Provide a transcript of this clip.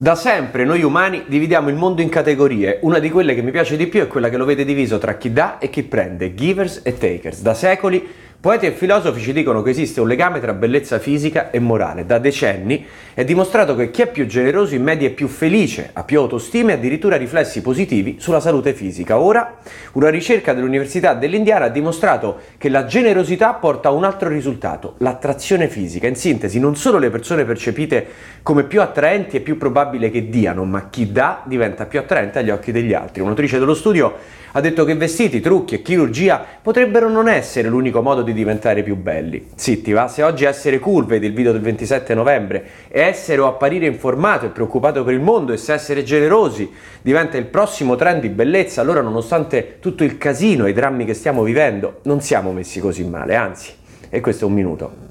Da sempre noi umani dividiamo il mondo in categorie, una di quelle che mi piace di più è quella che lo vede diviso tra chi dà e chi prende, givers e takers. Da secoli poeti e filosofi ci dicono che esiste un legame tra bellezza fisica e morale. Da decenni è dimostrato che chi è più generoso in media è più felice, ha più autostima e addirittura riflessi positivi sulla salute fisica. Ora, una ricerca dell'Università dell'Indiana ha dimostrato che la generosità porta a un altro risultato, l'attrazione fisica. In sintesi, non solo le persone percepite come più attraenti è più probabile che diano, ma chi dà diventa più attraente agli occhi degli altri. Un'autrice dello studio ha detto che vestiti, trucchi e chirurgia potrebbero non essere l'unico modo di diventare più belli. Sì, ti va? Se oggi essere cool, vedi il video del 27 novembre, e essere o apparire informato e preoccupato per il mondo, e se essere generosi diventa il prossimo trend di bellezza, allora nonostante tutto il casino e i drammi che stiamo vivendo, non siamo messi così male, anzi. E questo è un minuto.